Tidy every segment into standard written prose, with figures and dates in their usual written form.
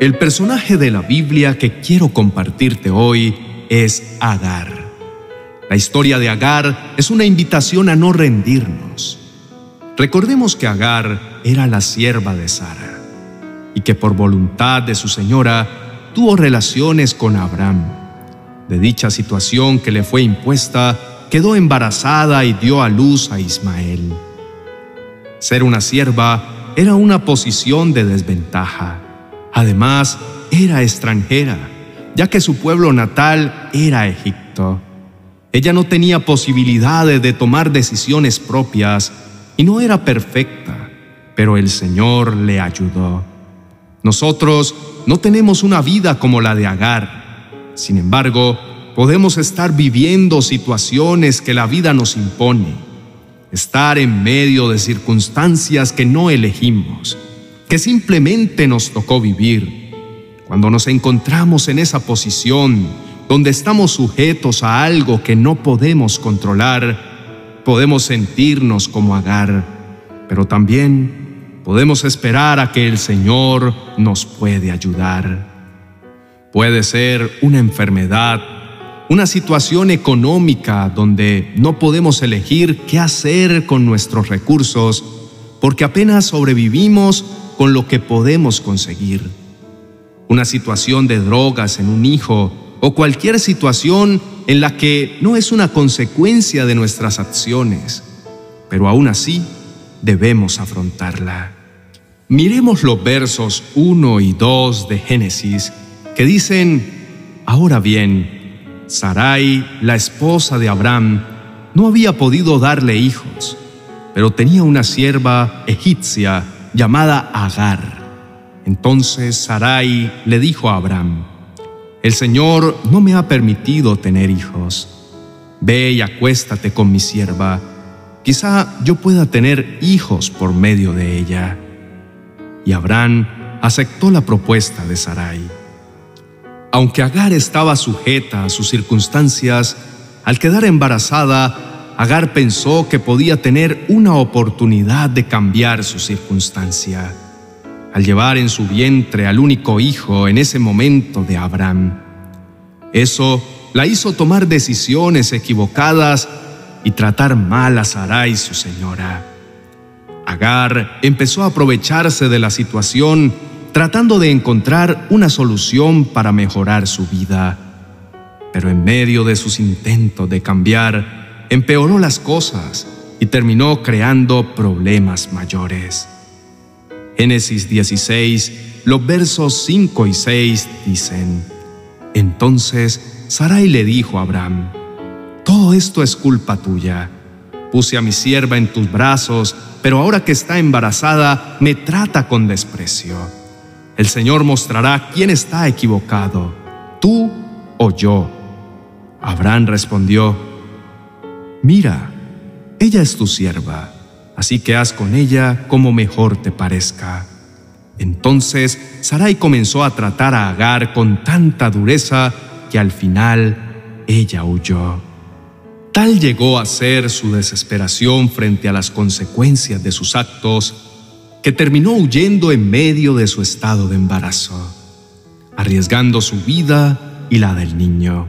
El personaje de la Biblia que quiero compartirte hoy es Agar. La historia de Agar es una invitación a no rendirnos. Recordemos que Agar era la sierva de Sara y que por voluntad de su señora tuvo relaciones con Abraham. De dicha situación que le fue impuesta, quedó embarazada y dio a luz a Ismael. Ser una sierva era una posición de desventaja. Además, era extranjera, ya que su pueblo natal era Egipto. Ella no tenía posibilidades de tomar decisiones propias y no era perfecta, pero el Señor le ayudó. Nosotros no tenemos una vida como la de Agar. Sin embargo, podemos estar viviendo situaciones que la vida nos impone, estar en medio de circunstancias que no elegimos, que simplemente nos tocó vivir. Cuando nos encontramos en esa posición donde estamos sujetos a algo que no podemos controlar, podemos sentirnos como Agar, pero también podemos esperar a que el Señor nos puede ayudar. Puede ser una enfermedad, una situación económica donde no podemos elegir qué hacer con nuestros recursos porque apenas sobrevivimos con lo que podemos conseguir. Una situación de drogas en un hijo o cualquier situación en la que no es una consecuencia de nuestras acciones, pero aún así debemos afrontarla. Miremos los versos 1 y 2 de Génesis que dicen: Ahora bien, Sarai, la esposa de Abraham, no había podido darle hijos, pero tenía una sierva egipcia llamada Agar. Entonces Sarai le dijo a Abraham: El Señor no me ha permitido tener hijos. Ve y acuéstate con mi sierva. Quizá yo pueda tener hijos por medio de ella. Y Abraham aceptó la propuesta de Sarai. Aunque Agar estaba sujeta a sus circunstancias, al quedar embarazada, Agar pensó que podía tener una oportunidad de cambiar su circunstancia. Al llevar en su vientre al único hijo en ese momento de Abraham, eso la hizo tomar decisiones equivocadas y tratar mal a Sarai, su señora. Agar empezó a aprovecharse de la situación, tratando de encontrar una solución para mejorar su vida. Pero en medio de sus intentos de cambiar, empeoró las cosas y terminó creando problemas mayores. Génesis 16, los versos 5 y 6 dicen: Entonces Sarai le dijo a Abraham: Todo esto es culpa tuya. Puse a mi sierva en tus brazos, pero ahora que está embarazada, me trata con desprecio. El Señor mostrará quién está equivocado, tú o yo. Abraham respondió: Mira, ella es tu sierva, así que haz con ella como mejor te parezca. Entonces Sarai comenzó a tratar a Agar con tanta dureza que al final ella huyó. Tal llegó a ser su desesperación frente a las consecuencias de sus actos, que terminó huyendo en medio de su estado de embarazo, arriesgando su vida y la del niño.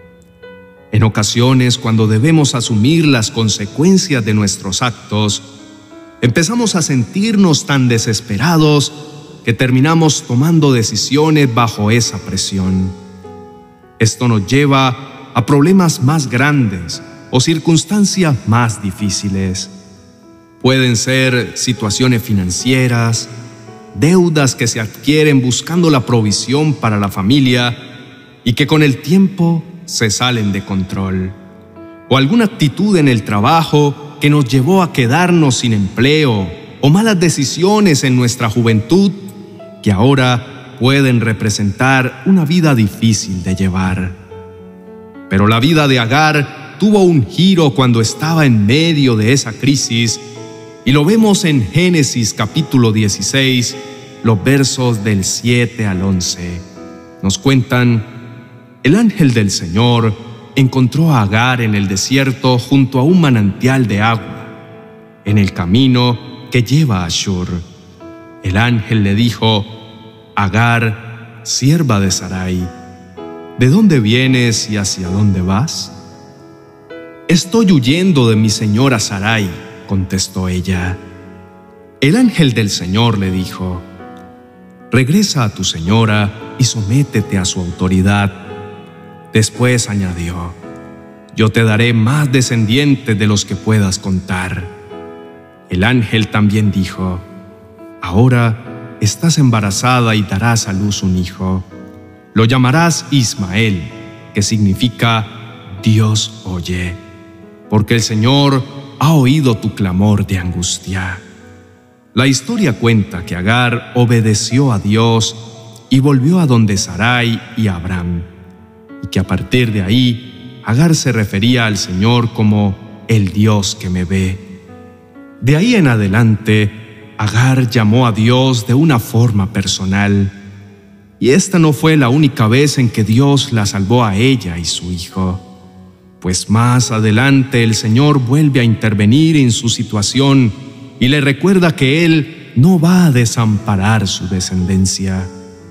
En ocasiones, cuando debemos asumir las consecuencias de nuestros actos, empezamos a sentirnos tan desesperados que terminamos tomando decisiones bajo esa presión. Esto nos lleva a problemas más grandes o circunstancias más difíciles. Pueden ser situaciones financieras, deudas que se adquieren buscando la provisión para la familia y que con el tiempo se salen de control, o alguna actitud en el trabajo que nos llevó a quedarnos sin empleo, o malas decisiones en nuestra juventud que ahora pueden representar una vida difícil de llevar. Pero la vida de Agar tuvo un giro cuando estaba en medio de esa crisis, y lo vemos en Génesis capítulo 16, los versos del 7 al 11. Nos cuentan: El ángel del Señor encontró a Agar en el desierto junto a un manantial de agua, en el camino que lleva a Shur. El ángel le dijo: Agar, sierva de Sarai, ¿de dónde vienes y hacia dónde vas? Estoy huyendo de mi señora Sarai, contestó ella. El ángel del Señor le dijo: regresa a tu señora y sométete a su autoridad. Después añadió: yo te daré más descendientes de los que puedas contar. El ángel también dijo: ahora estás embarazada y darás a luz un hijo. Lo llamarás Ismael, que significa Dios oye, porque el Señor ha oído tu clamor de angustia. La historia cuenta que Agar obedeció a Dios y volvió a donde Sarai y Abraham, y que a partir de ahí Agar se refería al Señor como el Dios que me ve. De ahí en adelante, Agar llamó a Dios de una forma personal, y esta no fue la única vez en que Dios la salvó a ella y su hijo, pues más adelante el Señor vuelve a intervenir en su situación y le recuerda que Él no va a desamparar su descendencia.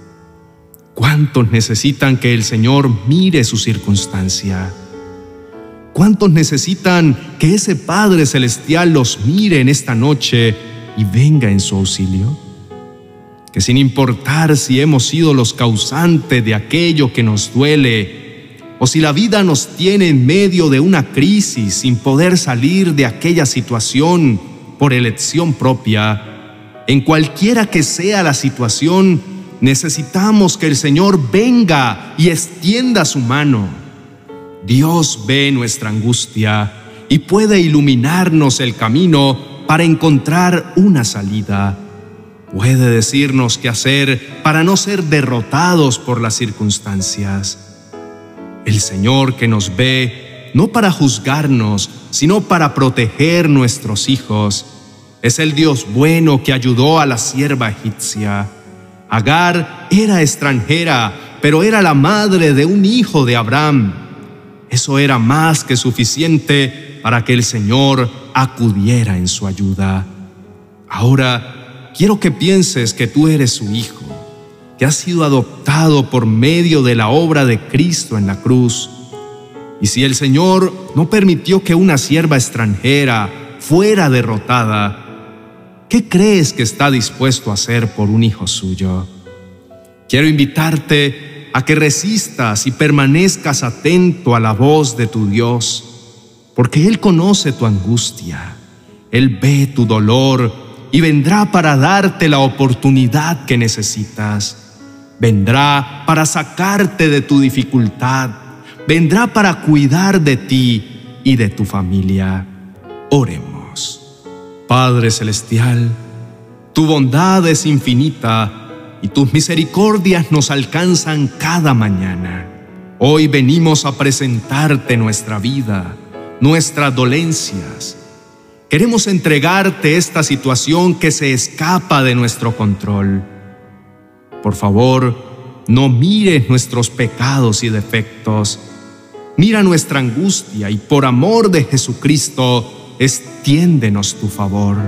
¿Cuántos necesitan que el Señor mire su circunstancia? ¿Cuántos necesitan que ese Padre Celestial los mire en esta noche y venga en su auxilio? Que sin importar si hemos sido los causantes de aquello que nos duele, o si la vida nos tiene en medio de una crisis sin poder salir de aquella situación por elección propia, en cualquiera que sea la situación, necesitamos que el Señor venga y extienda su mano. Dios ve nuestra angustia y puede iluminarnos el camino para encontrar una salida. Puede decirnos qué hacer para no ser derrotados por las circunstancias. El Señor que nos ve, no para juzgarnos, sino para proteger nuestros hijos, es el Dios bueno que ayudó a la sierva egipcia. Agar era extranjera, pero era la madre de un hijo de Abraham. Eso era más que suficiente para que el Señor acudiera en su ayuda. Ahora, quiero que pienses que tú eres su hijo, que has sido adoptado por medio de la obra de Cristo en la cruz. Y si el Señor no permitió que una sierva extranjera fuera derrotada, ¿qué crees que está dispuesto a hacer por un hijo suyo? Quiero invitarte a que resistas y permanezcas atento a la voz de tu Dios, porque Él conoce tu angustia, Él ve tu dolor y vendrá para darte la oportunidad que necesitas. Vendrá para sacarte de tu dificultad, vendrá para cuidar de ti y de tu familia. Oremos. Padre Celestial, tu bondad es infinita y tus misericordias nos alcanzan cada mañana. Hoy venimos a presentarte nuestra vida, nuestras dolencias. Queremos entregarte esta situación que se escapa de nuestro control. Por favor, no mires nuestros pecados y defectos. Mira nuestra angustia y por amor de Jesucristo, extiéndenos tu favor.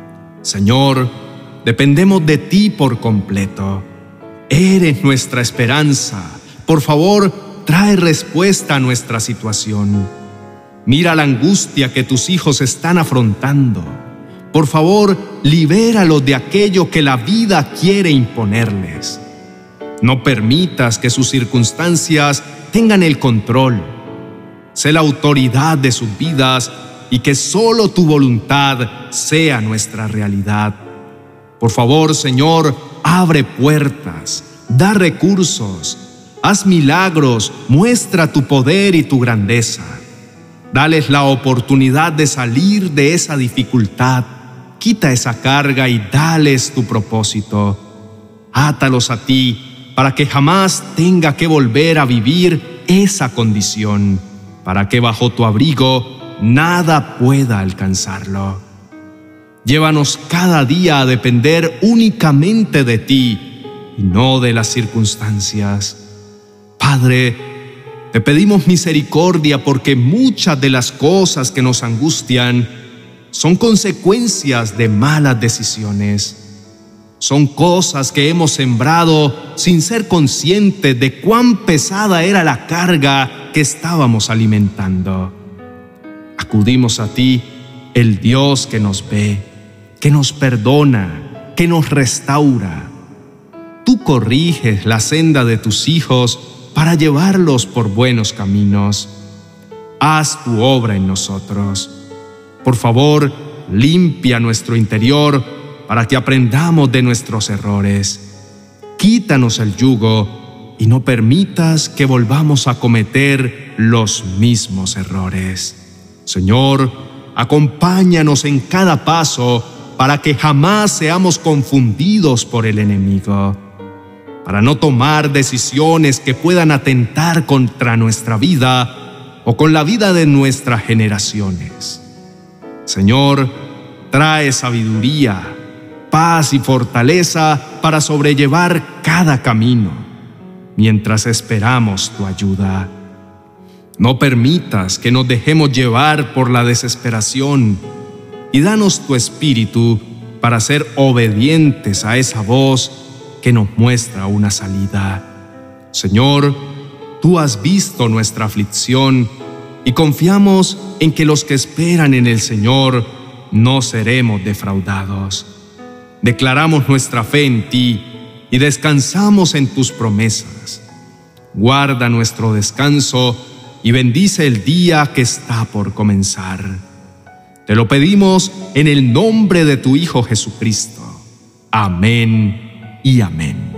Señor, dependemos de ti por completo. Eres nuestra esperanza. Por favor, trae respuesta a nuestra situación. Mira la angustia que tus hijos están afrontando. Por favor, libéralos de aquello que la vida quiere imponerles. No permitas que sus circunstancias tengan el control. Sé la autoridad de sus vidas y que solo tu voluntad sea nuestra realidad. Por favor, Señor, abre puertas, da recursos, haz milagros, muestra tu poder y tu grandeza. Dales la oportunidad de salir de esa dificultad. Quita esa carga y dales tu propósito. Átalos a ti para que jamás tenga que volver a vivir esa condición, para que bajo tu abrigo nada pueda alcanzarlo. Llévanos cada día a depender únicamente de ti y no de las circunstancias. Padre, te pedimos misericordia porque muchas de las cosas que nos angustian son consecuencias de malas decisiones. Son cosas que hemos sembrado sin ser conscientes de cuán pesada era la carga que estábamos alimentando. Acudimos a ti, el Dios que nos ve, que nos perdona, que nos restaura. Tú corriges la senda de tus hijos para llevarlos por buenos caminos. Haz tu obra en nosotros. Por favor, limpia nuestro interior para que aprendamos de nuestros errores. Quítanos el yugo y no permitas que volvamos a cometer los mismos errores. Señor, acompáñanos en cada paso para que jamás seamos confundidos por el enemigo, para no tomar decisiones que puedan atentar contra nuestra vida o con la vida de nuestras generaciones. Señor, trae sabiduría, paz y fortaleza para sobrellevar cada camino, mientras esperamos tu ayuda. No permitas que nos dejemos llevar por la desesperación y danos tu espíritu para ser obedientes a esa voz que nos muestra una salida. Señor, tú has visto nuestra aflicción y confiamos en que los que esperan en el Señor no seremos defraudados. Declaramos nuestra fe en ti y descansamos en tus promesas. Guarda nuestro descanso y bendice el día que está por comenzar. Te lo pedimos en el nombre de tu Hijo Jesucristo. Amén y amén.